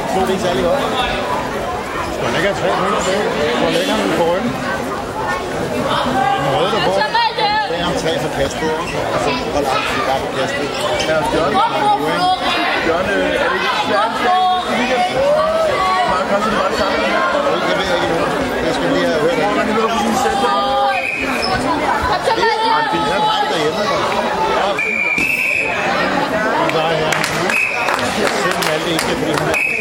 Så det ikke særlig godt. Skal man ikke have 3 minutter på? Hvor længere er den på ryggen? Den røde der på. Det er om 3 for kastet. Altså, hvor langt er bare for kastet? Ja, Bjørn, er det ikke svært i weekenden? Mange gange så meget sammen. Det ved jeg ikke nu. Jeg skal lige have hørt det. Man kan høre på sin sæt. Det er en bil, han har det derhjemme. Og der er her. Selvom alt det ikke er fordi